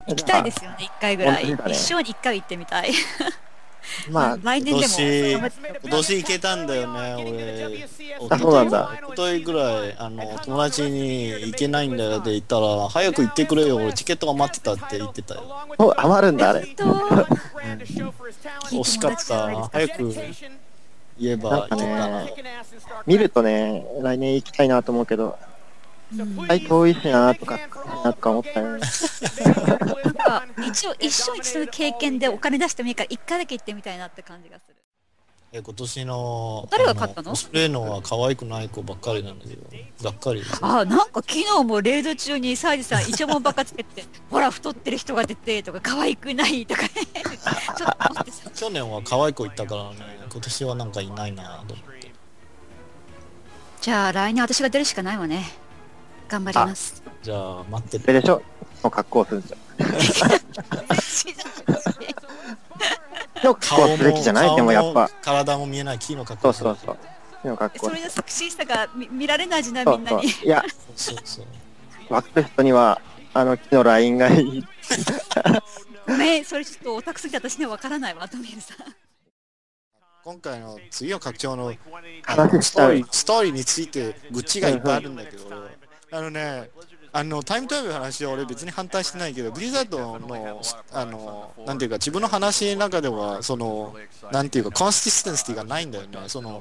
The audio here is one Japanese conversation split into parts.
行きたいですよね、一回ぐらい。一生に一回行ってみたい。 まあ、 来年でも今年行けたんだよね、俺。 そうなんだ。 一昨日ぐらい、友達に行けないんだよって言ったら、早く行ってくれよ、俺チケットが待ってたって言ってたよ。 余るんだ、あれ。 惜しかった。早く言えば行けたな。 見るとね、来年行きたいなと思うけど、最遠いしなとか思ったよね。 なんか一生一度の経験でお金出してもいいから一回だけ行ってみたいなって感じがする。 今年の誰が勝ったの？ コスプレのは可愛くない子ばっかりなんだけど、がっかりです。 なんか昨日もレード中にサージさんイチョモンばっかつけてほら太ってる人が出てとか可愛くないとかね。ちょっと思ってさ。 去年は可愛い子いたからね、今年はなんかいないなと思って。 じゃあ来年私が出るしかないわね。頑張ります。 じゃあ待ってて。でしょの格好するんじゃん。の格好すべきじゃない？でもやっぱ体も見えない木の格好する。 そう。木の格好。 それでセクシーさが見られないじゃないみんなに。 いや、分かる人には木のラインがいい。 ごめん、それちょっとオタクすぎて私には分からないわ、トミルさん。 今回の次の拡張のストーリーについて愚痴がいっぱいあるんだけど、タイムトラベルの話は俺別に反対してないけど、ブリザードのなんていうか自分の話の中ではなんていうかコンシステンシティがないんだよね。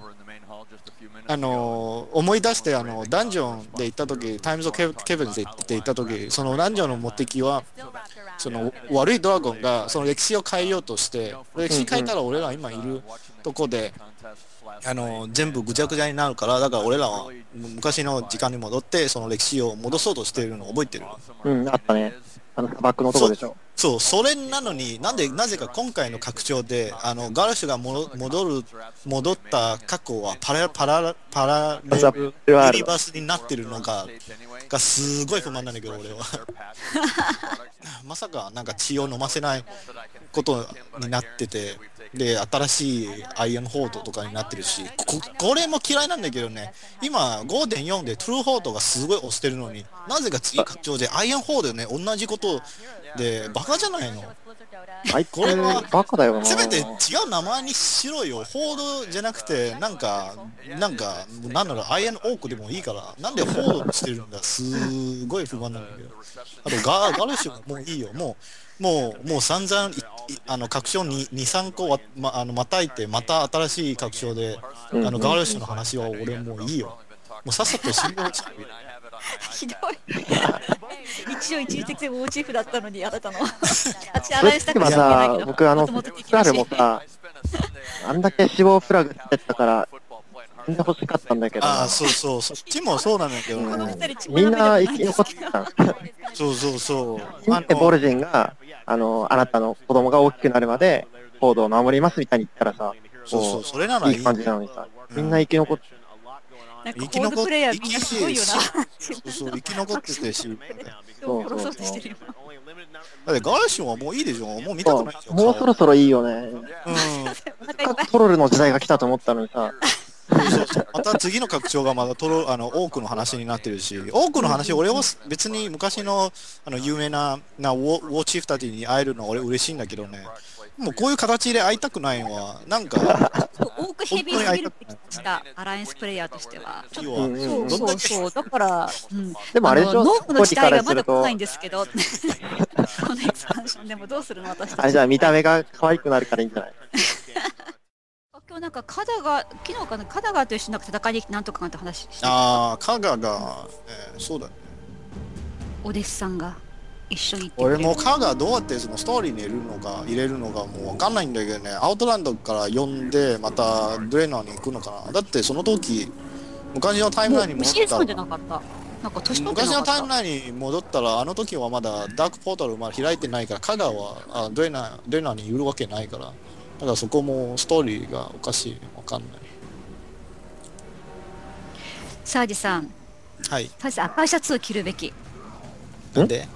思い出してダンジョンで行った時、タイムズ・オブ・ケブンズで行った時、そのダンジョンの目的はその悪いドラゴンがその歴史を変えようとして、歴史変えたら俺ら今いるとこで全部ぐちゃぐちゃになるから、だから俺らは昔の時間に戻ってその歴史を戻そうとしているのを覚えてる。 あったね。砂漠のとこでしょ。 そう、それなのになぜか今回の拡張でガルシュが戻った過去はパラレルユニバースになってるのがすごい不満なんだけど俺は。まさかなんか血を飲ませないことになってて、で新しいアイアンホードとかになってるし、これも嫌いなんだけどね。今 5.4 でトゥルーホードがすごい押してるのに、なぜか次拡張でアイアンホードね、同じことでバカじゃないの。これはバカだよな。 せめて違う名前にしろよ。ホードじゃなくてなんだろう、アイアンオークでもいいから、なんでホードにしてるんだ。すごい不満なんだけど。あとガルシュももういいよ。もう散々拡張に 2,3 個またいて、また新しい拡張でガルシュの話は俺もういいよ。もうさっさと終了しちゃう。 ひどい。一応一時的にモチーフだったのにあなたの。あちらラインしたくないけど。 僕スラルもさ、あんだけ死亡フラグつけてたからみんな欲しかったんだけど。 そう、そっちもそうなんだけど、 みんな生き残ってた。 そう。 ボルジンがあなたの子供が大きくなるまでコードを守りますみたいに言ったらさ、 それならいい感じなのにさ、みんな生き残って。 なんかコードプレイヤーみんなすごいよな。 生き残っててし。 殺そうとしてるよ。 だってガーシュはもういいでしょ。もう見たくないでしょ。 もうそろそろいいよね。トロルの時代が来たと思ったのにさ。 また次の拡張がまだオークの話になってるし、オークの話俺は別に昔の有名なウォーチーフたちに会えるのは俺嬉しいんだけどね。もうこういう形で会いたくないのはなんかオークヘビーすぎるって聞きしたアライアンスプレイヤーとしては。そうだから、 でもあれでしょ、 ノークの時代がまだ来ないんですけど、このエクスパンションでもどうするの私たち。 あれじゃあ見た目が可愛くなるからいいんじゃない？ 今日なんか昨日かな、カダガと一緒に戦いになんとかなんて話してカガが、そうだね。 お弟子さんが一緒に行って俺もカガどうやってそのストーリーに入れるのかもう分かんないんだけどね。アウトランドから呼んでまたドレナーに行くのかな。だってその時昔のタイムラインに戻った昔のタイムラインに戻ったら、あの時はまだダークポータルまだ開いてないから、カガはドレナーにいるわけないから、だからそこもストーリーがおかしい。わかんない。 サージさん、 はい。 サージさん赤いシャツを着るべき。 なんで？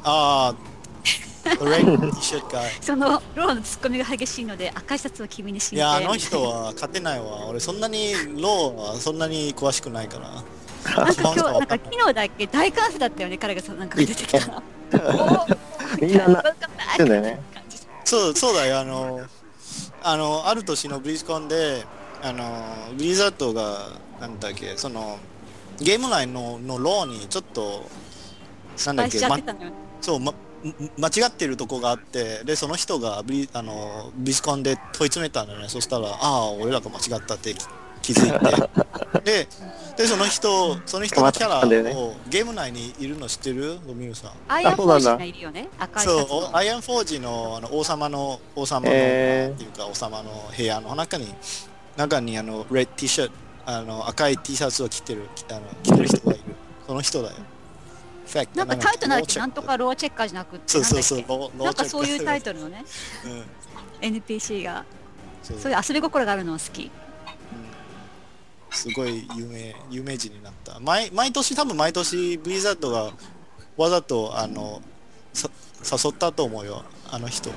そのローのツッコミが激しいので赤いシャツを君にして。いや、あの人は勝てないわ。俺そんなにローはそんなに詳しくないから。 なんか昨日だっけ大歓声だったよね、彼がなんか出てきたら。 みんなってんだよね。 そうだよ、ある年のブリズコンで、ブリザードが、なんだっけ、その、ゲーム内のローにちょっと、なんだっけ、そう、間違ってるとこがあって、で、その人がブリズコンで問い詰めたんだよね。そしたら、ああ、俺らが間違ったって気づいて。で、その人のキャラをゲーム内にいるの知ってる？ドミューさん。 アイアンフォージがいるよね。赤いシャツの。 そう、アイアンフォージの王様のっていうか王様の部屋の中にレッド T シャツ、赤い T シャツを着てる人がいる。その人だよ。 なんかタイトルなんだっけ、なんとかローチェッカーじゃなくて、なんかそういうタイトルのね、NPC が、そういう遊び心があるのは好き。 すごい有名人になった。毎年ブリザードがわざと誘ったと思うよ、あの人。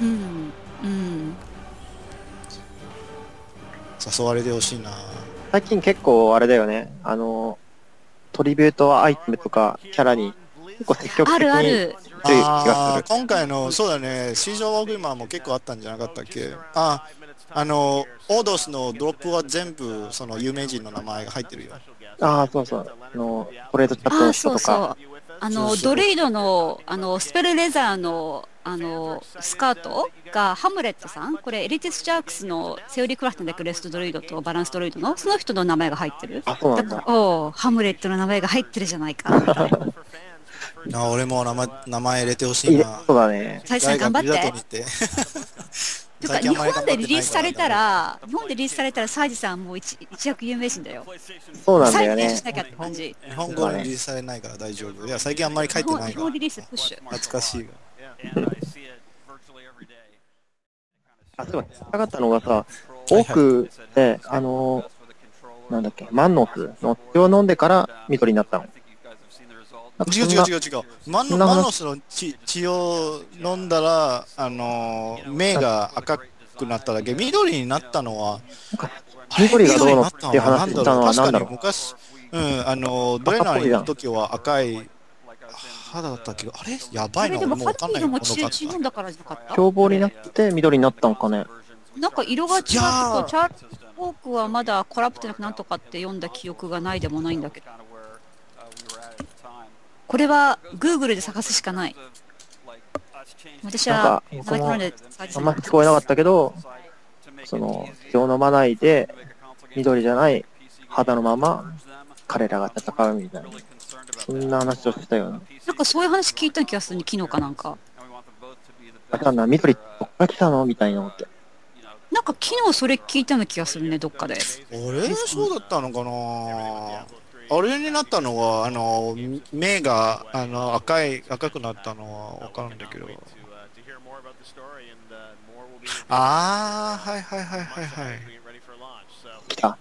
誘われてほしいな。 最近結構あれだよね、トリビュートアイテムとかキャラに結構積極的に強い気がする。 今回のそうだね、シージョン・オブ・マンも結構あったんじゃなかったっけ。オードスのドロップは全部その有名人の名前が入ってるよ。 そうそう、トレードチャットの人とか。 ドレイドのスペルレザーのスカートがハムレットさん、これエリティス・ジャークスのセオリークラフトのクレストドロイドとバランスドロイドのその人の名前が入ってる。 そうなんだ。 ハムレットの名前が入ってるじゃないか。 俺も名前入れてほしいな。 そうだね。 サイさん頑張って。とか日本でリリースされたらサイジさんもう一躍有名人だよ。 そうなんだよね。 日本語でリリースされないから大丈夫。いや最近あんまり書いてないから。 日本リリースプッシュ。 懐かしいが。 そうだ、聞きたかったのがさ、多くでなんだっけ、マンノスの血を飲んでから緑になったの。 違う。マンノスの血を飲んだら、目が赤くなっただけ。緑になったのは、 緑がどうのって話したのは何だろう。 昔、ドレナーにいる時は赤い肌だったけど、あれやばいな、 もう分かんない。血飲んだからじゃなかった。 凶暴になって緑になったのかね。 なんか色が違うと、チャールズ・ホークはまだコラプトなんとかって読んだ記憶がないでもないんだけど。これは Google で探すしかない。私はあんま聞こえなかったけど、その血を飲まないで緑じゃない肌のまま彼らが戦うみたいな、そんな話をしてたよね。 なんかそういう話聞いた気がするに、昨日かなんか。 緑どっから来たのみたいなのって。 なんか昨日それ聞いたような気がするね、どっかで。 そうだったのかな。あれになったのは目が赤くなったのは分かるんだけど、はい来た。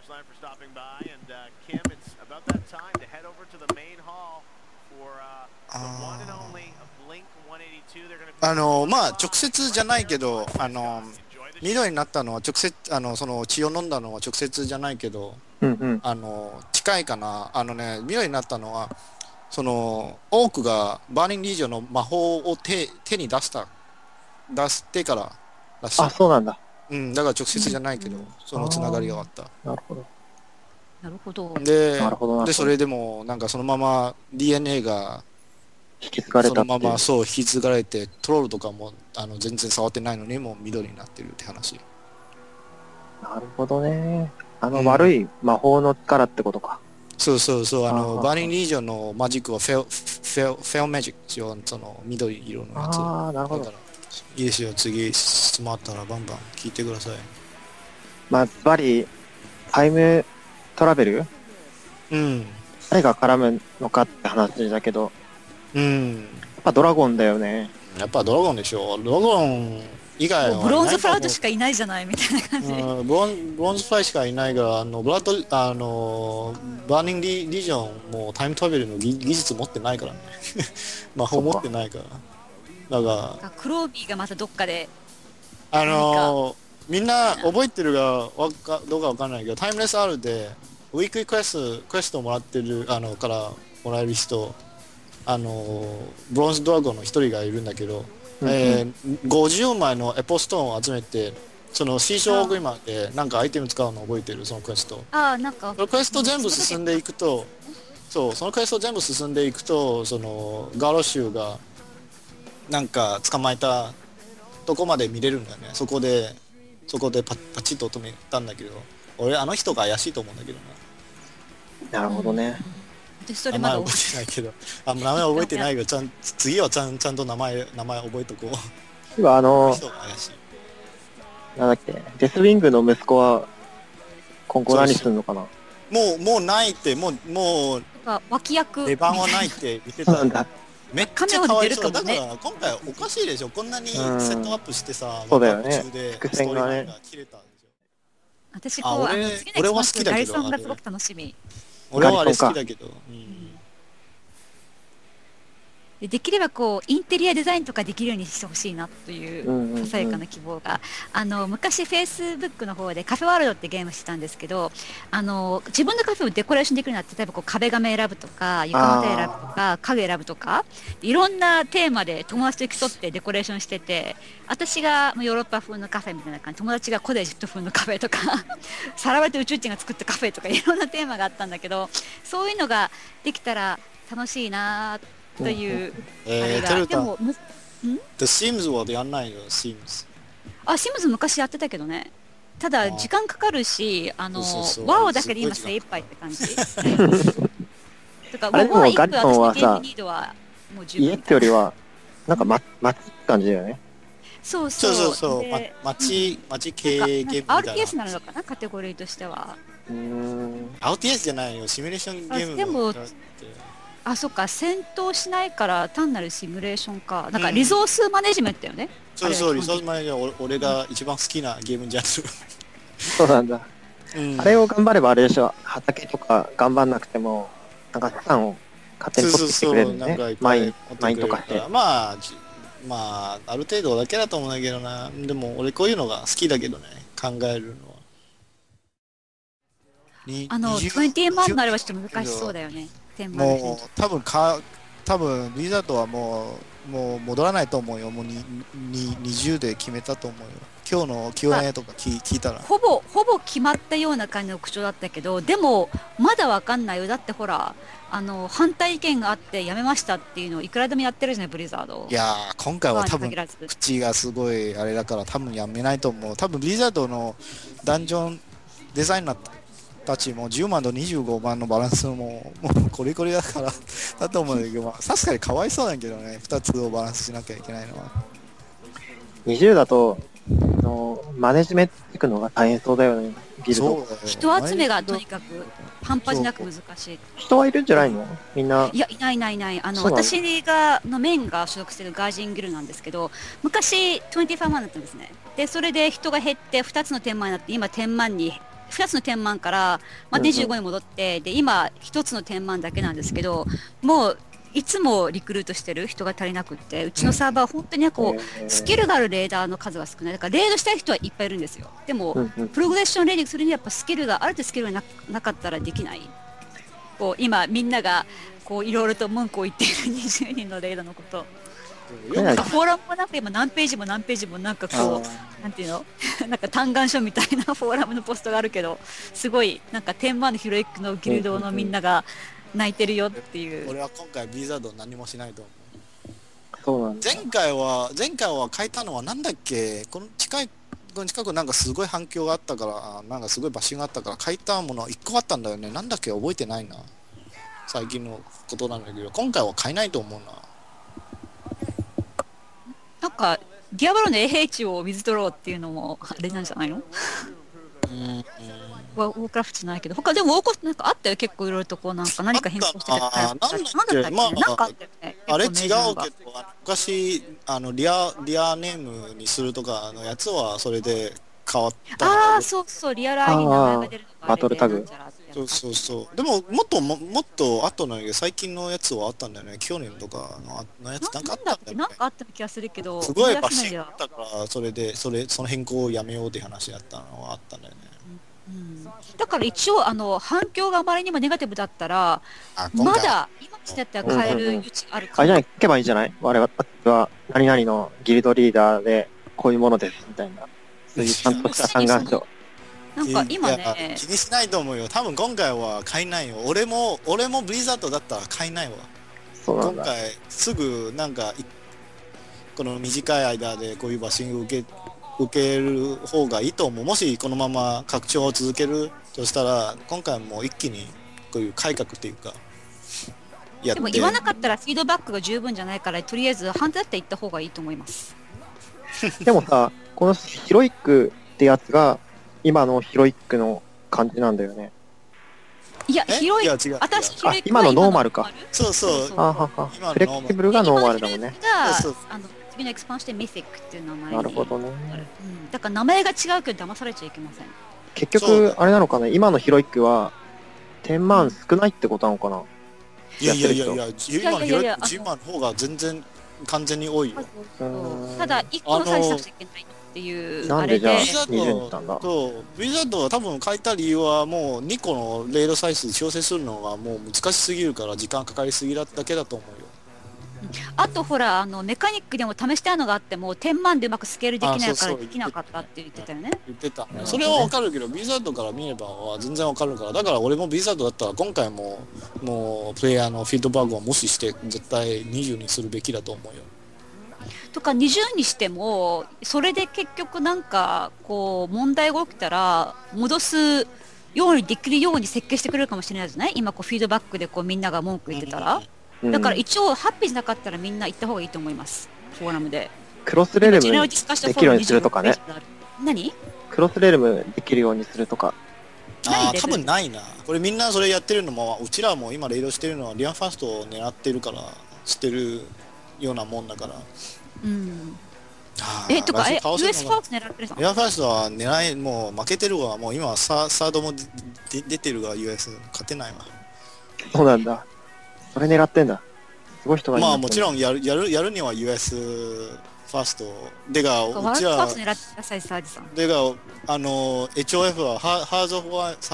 まあ直接じゃないけど、緑になったのは直接その血を飲んだのは直接じゃないけど、近いかな。緑になったのはそのオークがバーニングリージョンの魔法を手に出してかららしい。 そうなんだ。 だから直接じゃないけど、そのつながりがあった。 なるほど。 でそれでもなんかそのまま DNA が引き継がれたっていう。 そのまま引き継がれて、トロールとかも全然触ってないのにもう緑になってるって話。 なるほどね。悪い魔法の力ってことか。 そう、バーニングリージョンのマジックはフェオマジックですよ、その緑色のやつ。 なるほど。 いいですよ、次質問あったらバンバン聞いてください。 やっぱりタイムトラベル、誰が絡むのかって話だけど、やっぱドラゴンだよね。 やっぱドラゴンでしょ。ドラゴン以外はブロンズフライトしかいないじゃないみたいな感じ。 ブロンズフライしかいないが、バーニングリージョンもタイムトラベルの技術持ってないからね。魔法持ってないから。だからクロービーがまたどっかでみんな覚えてるがどうかわかんないけど、タイムレス R でウィークリークエストをもらってるからもらえる人、ブロンズドラゴンの一人がいるんだけど、 50枚のエポストーンを集めて、そのシーショーグリマでなんかアイテム使うの覚えてる？そのクエスト。 なんかそのクエスト全部進んでいくと、そのクエスト全部進んでいくと、そのガロ州がなんか捕まえたとこまで見れるんだよね。そこでパチッと止めたんだけど、俺あの人が怪しいと思うんだけどなるほどね。 私そな。名前れまだ覚えてないけど、名前覚えてないけど、次はちゃんと名前覚えとこう。 今あの人が怪しい。 なんだっけ、デスウィングの息子は今後何するのかな。 もうないって、もうなんか脇役出番はないって言ってた。 そうなんだ。 めっちゃかわいそう。だカメラから今回おかしいでしょ。こんなにセットアップしてさ、 そうだよね。 途中で伏線がね。 切れたんでしょ。 私俺は好きだけど。 ガリソンがすごく楽しみ。 俺はあれ好きだけど。 できればインテリアデザインとかできるようにしてほしいなというささやかな希望が、昔フェイスブックの方でカフェワールドってゲームしてたんですけど、自分のカフェをデコレーションできるようになって、例えば壁紙選ぶとか床の手選ぶとか影選ぶとかいろんなテーマで友達と競ってデコレーションしてて、私がヨーロッパ風のカフェみたいな感じ、友達が古代エジプト風のカフェとかさらわれて宇宙人が作ったカフェとかいろんなテーマがあったんだけど、そういうのができたら楽しいなという、 テルタン、The Sims はやんないの？ Sims。 シムズ昔やってたけどね。ただ時間かかるし、ワオだけで今精一杯って感じ。とか、 あれでもガリソンはさ、家ってよりはなんか街って感じだよね。 そう。街系ゲームみたいな。 RTS なのかな、カテゴリーとしては。 RTS じゃないよ、シミュレーションゲーム。 でもそっか、戦闘しないから単なるシミュレーションか。なんかリゾースマネジメントだよね。 そう、リゾースマネジメント、俺が一番好きなゲームじゃん。 そうなんだ。あれを頑張ればあれでしょ、畑とか頑張んなくても、なんか資産を勝手に取ってきてくれるんだね。マインとかして。 まあ、ある程度だけだと思うんだけどな。でも俺こういうのが好きだけどね、考えるのは。 20万のあれはちょっと難しそうだよね。 もう多分リザードはもう戻らないと思うよ。もう20で決めたと思うよ。今日の Q&A とか聞いたらほぼ決まったような感じの口調だったけど、でもまだわかんないよ。だってほら反対意見があってやめましたっていうのをいくらでもやってるじゃない、ブリザード。 いやー、今回は多分口がすごいあれだから多分やめないと思う。多分ブリザードのダンジョンデザイナーたちも10万と25万のバランスもうコリコリだからだと思うんだけど、確かにかわいそうだけどね、2つをバランスしなきゃいけないのは。 20だとマネジメントしていくのが大変そうだよね、ビルド。 人集めがとにかく半端じゃなく難しい。 人はいるんじゃないの？みんな。 いや、いない。私のメインが所属しているガージンギルなんですけど、昔25万だったんですね。でそれで人が減って2つの天満になって、今天満に2つの天満から、25に戻って、で今1つの天満だけなんですけど、もういつもリクルートしてる人が足りなくって、うちのサーバーは本当にスキルがあるレーダーの数が少ない。だからレードしたい人はいっぱいいるんですよ。でも、プログレッションレーディングするにはやっぱスキルがある程度スキルがなかったらできない。今みんながいろいろと文句を言っている20人のレーダーのこと。なんかフォーラムもなんか今何ページもなんかなんていうのなんか嘆願書みたいなフォーラムのポストがあるけど、すごいなんか天満のヒロイックのギルドのみんなが泣いてるよっていう。 俺は今回ビザード何もしないと思う。 そうなんだ。 前回は変えたのはなんだっけ、この近くなんかすごい反響があったから、なんかすごいバッシングがあったから変えたもの1個あったんだよね。なんだっけ覚えてないな。最近のことなんだけど、今回は変えないと思うな。 なんかディアブロの AH を水取ろうっていうのもあれなんじゃないの？ウォークラフトじゃないけど、他でもなんかあったよ、結構いろいろとなんか何か変更してて、なんかあったよね。 あれ違うけど、昔リアネームにするとかのやつはそれで変わった。 そうリアルアイに名前が出るのがバトルタグ。 そう。でももっと後なんだけど、最近のやつはあったんだよね。去年とかのやつなんかあったんだよね。 なんかあった気がするけど、 すごいバッシングだったから、その変更をやめようって話だったのはあったんだよね。 うん、だから一応反響があまりにもネガティブだったら今回まだ今してやったら変える余地あるかも。 あれじゃない、聞けばいいんじゃない？我々は何々のギルドリーダーでこういうものですみたいな。そういうちゃんとした嘆願書。 なんか今いやね、 気にしないと思うよ。多分今回は買えないよ。俺もブリザードだったら買えないわ。 そうなんだ。 今回すぐなんかこの短い間でこういうバッシング受ける方がいいと思う。もしこのまま拡張を続けるとしたら、今回も一気にこういう改革っていうかやって。 でも言わなかったらフィードバックが十分じゃないから、とりあえず反対って言った方がいいと思います。 でもさ、このヒロイックってやつが今のヒロイックの感じなんだよね。 いや、ヒロイック、 違う私ヒロイック今のノーマルか。 そうそうははは。フレキシブルがノーマルだもんね。 そう次のエクスパンしてミセックっていう名前に。 なるほどね。 だから名前が違うけど騙されちゃいけません。 結局、あれなのかな、今のヒロイックは、10万少ないってことなのかな。 いや、今の10万の方が全然完全に多いよ。 ただ、1個のサイズしなくちゃいけないっていう、 なんでじゃあウィザードは多分書いた理由はもう2個のレードサイズ調整するのがもう難しすぎるから時間かかりすぎだけだと思うよ。 あとほらメカニックでも試したいのがあっても10万でうまくスケールできないからできなかったって言ってたよね。 言ってた。それはわかるけど、ビザードから見れば全然わかるから。だから俺もビザードだったら今回もプレイヤーのフィードバックを無視して絶対20にするべきだと思うよ。 とか20にしてもそれで結局なんかこう問題が起きたら戻すようにできるように設計してくれるかもしれないじゃない。今こうフィードバックでこうみんなが文句言ってたら。だから一応ハッピーじゃなかったらみんな行った方がいいと思います。フォーラムでクロスレールムできるようにするとかね。 何？ クロスレールムできるようにするとか。 多分ないな。これみんなそれやってるのもうちらも今レイドしてるのはリアンファーストを狙ってるからしてるようなもんだから。 とかUS ファースト狙ってるの？ リアンファーストはもう負けてるわ。もう今はサードも出てるが US 勝てないわ。 そうなんだ。それ狙ってんだ。すごい人がいる。 まあもちろんやるには US ファーストでがうちはでがHOF はハーズオフ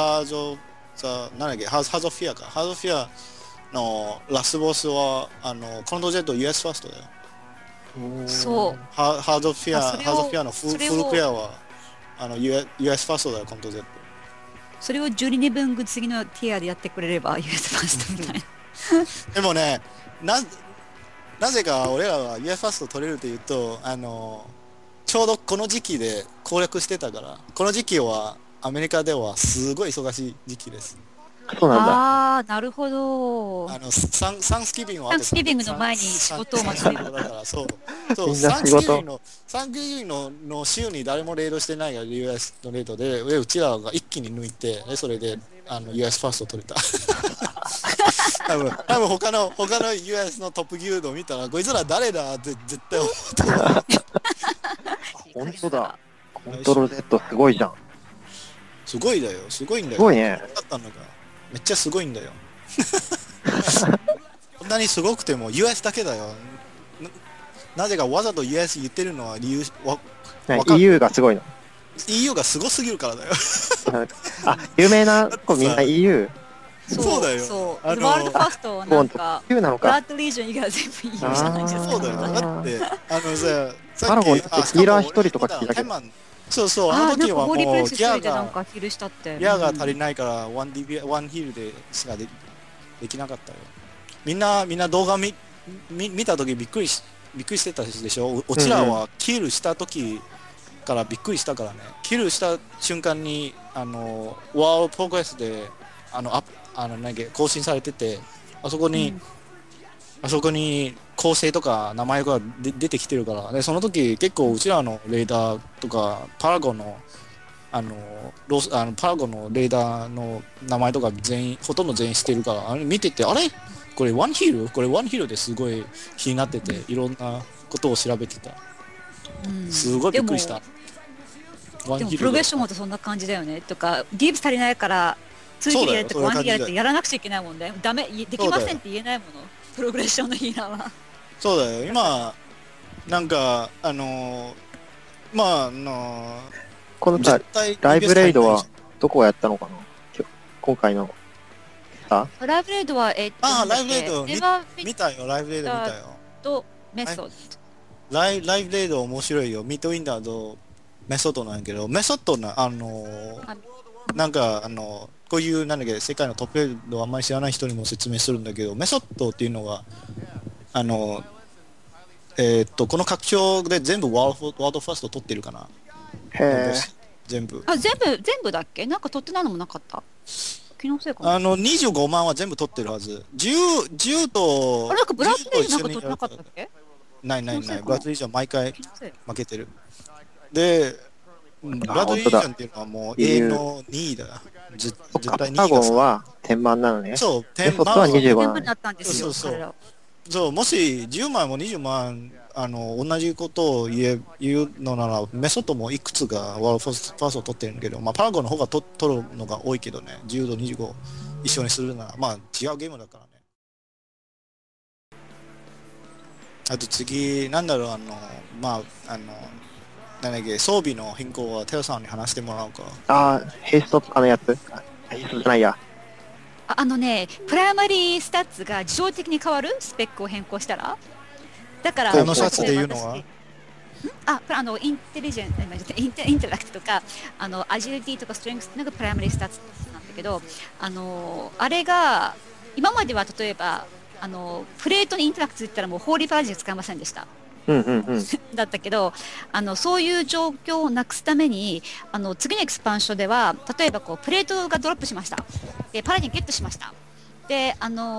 ィアのラスボスはコントジェット US ファーストだよ。 そう。 ハーズオフィアのフルクリアはUS ファーストだよ。コントジェット。 それを12年分次のティアでやってくれれば US ファーストみたいな。 でもね、なぜか俺らは US ファースト取れるって言うとちょうどこの時期で攻略してたから。この時期はアメリカではすごい忙しい時期です。 そうなんだ。 ああ、なるほど。 サンスギビングの前に仕事を待ちだからそうサンスギビングの週に誰もレードしてないが US のレードでうちらが一気に抜いてそれでUS ファースト取れた。多分他の US のトップギルドを見たらこいつら誰だって絶対思った。 本当だ。コントロール Z すごいじゃん。 すごいんだよ。すごいね。だったのか。めっちゃすごいんだよ。こんなにすごくても US だけだよ。なぜかわざと US 言ってるのは理由 EU がすごいの。 EU がすごすぎるからだよ。 有名な子みんな EU。 そうだよ。 ワールドファーストなんかブラッドリージョン以外は全部 EU じゃないですか。 そうだよ。だってパラゴンってヒーラー一人とか聞いたけど。 そうあの時はもうギアが足りないからワンヒールでしかできなかったよ。みんな動画見た時びっくりしてたでしょ。うちらはキルした時からびっくりしたからね。キルした瞬間にワールドプログレスで更新されててあそこに構成とか名前が出てきてるからでその時結構うちらのレーダーとかパラゴンのパラゴンのレーダーの名前とかほとんど全員してるから見ててあれこれワンヒールですごい気になってていろんなことを調べてた。すごいびっくりした。 でもプログレッションもとそんな感じだよね。とかディープ足りないから2ヒールやるとか1ヒールやるってやらなくちゃいけないもんね。ダメできませんって言えないもの。プログレッションのヒーラーは。 そうだよ。今なんかこのさライブレイドはどこがやったのかな今回の。 ライブレードは、 ライブレード見たよ、ライブレード見たよ。 と、メソッド。 ライブレード面白いよ。ミッドウィンダーとメソッドなんやけど、メソッドな、なんか、こういう、なんだっけ、世界のトップレードをあんまり知らない人にも説明するんだけど、メソッドっていうのは、この拡張で全部ワールドファースト取ってるかな。 へ全部だっけ？なんか取ってないのもなかった？気のせいかな。 25万は全部取ってるはず。10と、 なんかブラッドリーなんか取ってなかったっけ？ ない。ブラッドリージョン毎回負けてる。で、ブラッドリージョンっていうのはもう永遠の2位だ。絶対2位が。 パゴンは天満なのね。 そう、 天満は25万。 天満だったんですよ。 そう、もし10万も20万、同じことを言うのなら、メソッドもいくつがワールドファーストを取ってるんだけど、まあ、パラゴンの方が取るのが多いけどね、10と25一緒にするなら、まあ、違うゲームだからね。あと次、なんだろう、なんだっけ、装備の変更はテオさんに話してもらおうか。 ヘイストとかのやつ？ヘイストじゃないや。 プライマリースタッツが自動的に変わるスペックを変更したら、だからこのシャツで言うのはインテリジェント、インタラクトとかアジリティとかストレングスっていうのがプライマリースタッツなんだけど、あれが今までは例えばプレートにインタラクトって言ったらもうホーリーパラジン使えませんでした。だったけどそういう状況をなくすために次のエクスパンションでは例えばプレートがドロップしました。でパラディンゲットしました。で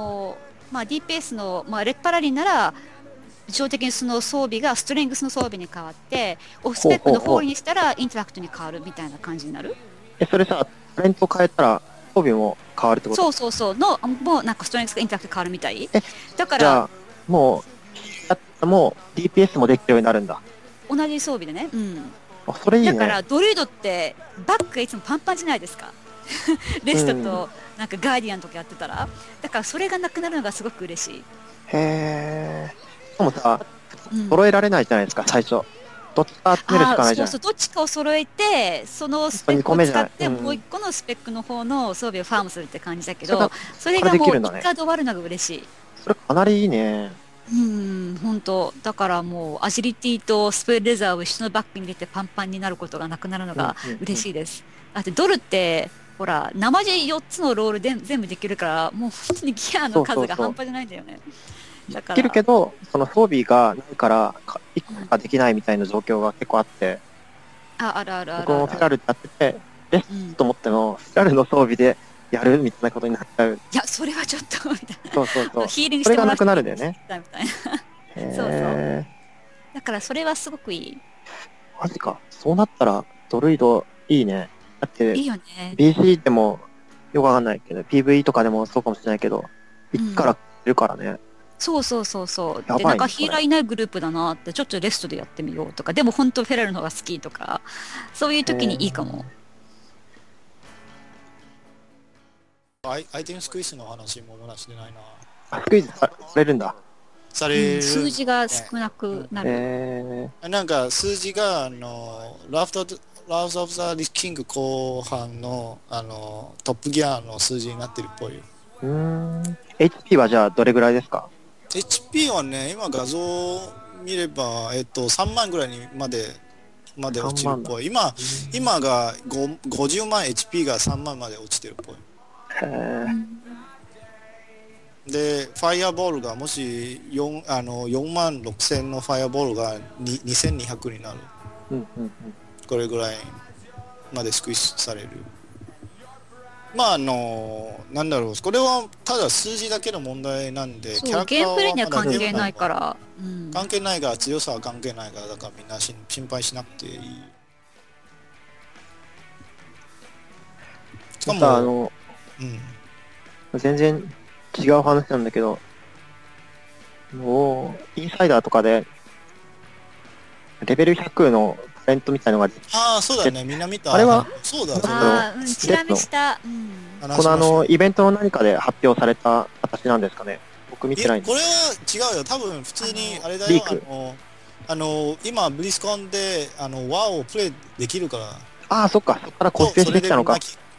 DPS の、レッドパラディンなら自動的にその装備がストレングスの装備に変わってオフスペックのホールにしたらインタラクトに変わるみたいな感じになる。 それさ、タレント変えたら装備も変わるってこと？ そうもうなんかストレングスがインタラクト変わるみたい。だからじゃあもう DPS もできるようになるんだ。 同じ装備でね。 それいいね。 だからドルイドってバックがいつもパンパンじゃないですか。レストとなんかガーディアンとかやってたら、だからそれがなくなるのがすごく嬉しい。 へー。しかもさ、揃えられないじゃないですか、最初。どっちか集めるしかないじゃん。 そうどっちかを揃えてそのスペックを使ってもう一個のスペックの方の装備をファームするって感じだけど、それがもう一回で終わるのが嬉しい。 それかなりいいね。 本当だからもうアジリティとスペルレザーを一緒のバッグに入れてパンパンになることがなくなるのが嬉しいです。だってドルってほら生地4つのロールで全部できるからもう本当にギアの数が半端じゃないんだよね。 できるけどその装備がないから1個しかできないみたいな状況が結構あって、 ある僕もフェラルでやっててレスと思ってもフェラルの装備でやるみたいなことになっちゃう。 いやそれはちょっとみたいそな。 うヒーリングしてもらってそれがなくなるんだよね。 みたいな。そうだからそれはすごくいい。 マジか。そうなったらドルイドいいね。だっていいよね。 BC でもよくわかんないけど PV とかでもそうかもしれないけど1からいるからね。 そうでなんかヒーラーいないグループだなってちょっとレストでやってみようとか、でも本当フェラルの方が好きとかそういう時にいいかも。 アイテムスクイズの話もまだしてないな。 スクイズされるんだ。 される、 数字が少なくなる。 なんか数字がラフトオブザキング後半のトップギアの数字になってるっぽい。 HP はじゃあどれぐらいですか？ HP はね、今画像見れば3万ぐらいにまで落ちるっぽい。今が50万 HP が3万まで落ちてるっぽい。でファイアボールがもし4万6千のファイアボールが2200になる。これぐらいまでスクイズされる。まあなんだろう、これはただ数字だけの問題なんで、 キャラクターはゲームプレイには関係ないから、 関係ないから、強さは関係ないから、だからみんな心配しなくていい。 しかも全然違う話なんだけど、もうインサイダーとかでレベル100のタレントみたいのがそうだね、みんな見た。 あれはそうだ、 チラ見した。 このイベントの何かで発表された形なんですかね。僕見てないんで。 これは違うよ。多分普通にあれだよ。今ブリスコンでワーをプレイできるから。 そっか。そこからコスプレしてきたのか。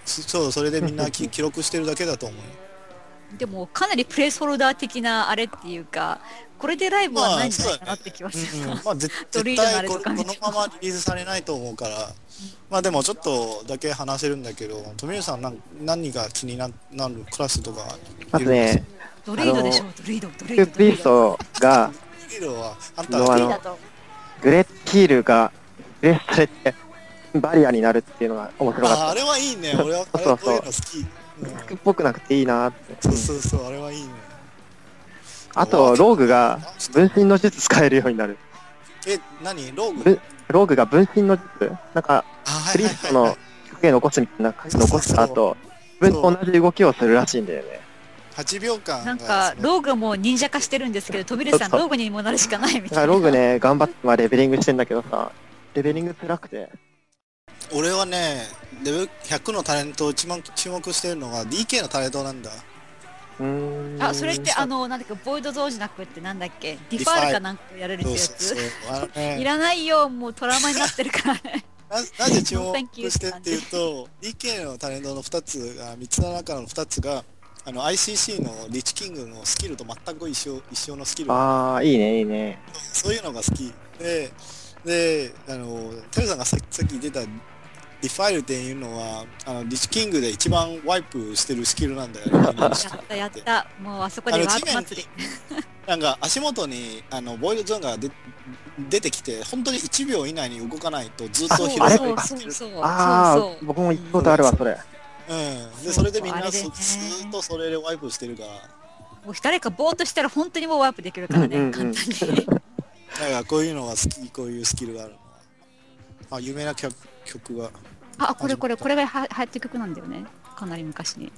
そう、それでみんな記録してるだけだと思うよ。 でもかなりプレイスホルダー的なあれっていうか、これでライブはないんじゃないかなって気はするな。 まあ絶ドリードのあ対これとか見てものままリリースされないと思うから、まあでもちょっとだけ話せるんだけど、富永さん何が気になるクラスとかまずね、 ドリードでしょ、ドリード、ドリード、 スプリストが、 ヒーローはあんたのドリードだと。 グレッヒールがレースされてバリアになるっていうのが面白かった。 あれはいいね。俺はこういうの好き。 服っぽくなくていいなって。 そう、あれはいいね。 あと、ローグが分身の術使えるようになる。 何ローグローグが分身の術なんか、プリストの影残すみたいな残した後、自分と同じ動きをするらしいんだよね。 8秒間なんかローグも忍者化してるんですけど、飛び出さんローグにもなるしかないみたいな。 ローグね、頑張ってレベリングしてんだけどさ、レベリング辛くて。 俺はね、レベル100のタレントを一番注目してるのが DK のタレントなんだ。 あ、それってなんだっけ、ボイドゾーンじゃなくてなんだっけ、ディファールかなんかやれるってやつ。いらないよ、もうトラウマになってるからね。 なぜ注目してっていうと、DK のタレントの2つが、3つの中の2つが、ICC のリッチキングのスキルと全く一緒のスキル。 ああ、いいね、いいね。 そういうのが好き。で、テルさんがさっき言ってたディファイルっていうのは、リッチキングで一番ワイプしてるスキルなんだよね。 やった、もうあそこでワーク祭り。 なんか足元にボイルゾーンが出てきて、本当に1秒以内に動かないとずっと広がる。 ああ、僕も行ったことあるわ、それ。 で、それでみんなずっとそれでワイプしてるから。 もう誰かボーっとしたら本当にもうワイプできるからね、簡単に。 だからこういうのが好き、こういうスキルがあるのは。有名な曲が。 あ、これが流行ってる曲なんだよね。かなり昔に。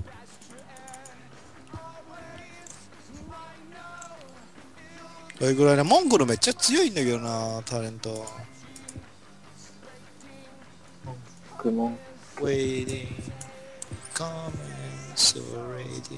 それぐらいね、モンゴルめっちゃ強いんだけどな、タレント。 僕も。 Waiting, comments already.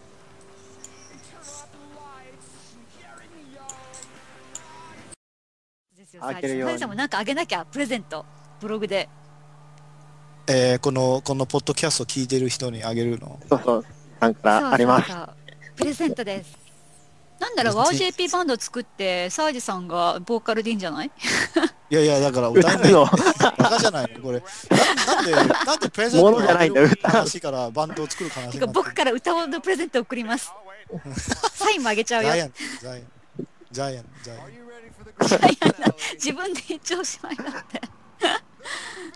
サイさんもなんかあげなきゃ、プレゼント、ブログで。 このポッドキャスト聞いてる人にあげるの。 そう、なんかあります。 プレゼントです。なんなら WOWJP バンド作ってサージさんがボーカルでいいんじゃない？ いやだから歌えないの。バカじゃないのこれ。なんでプレゼントをあげる話からバンドを作る話になって。 僕から歌のプレゼントを送ります。サインもあげちゃうよ。 ジャイアン。 自分で一応しまいだって。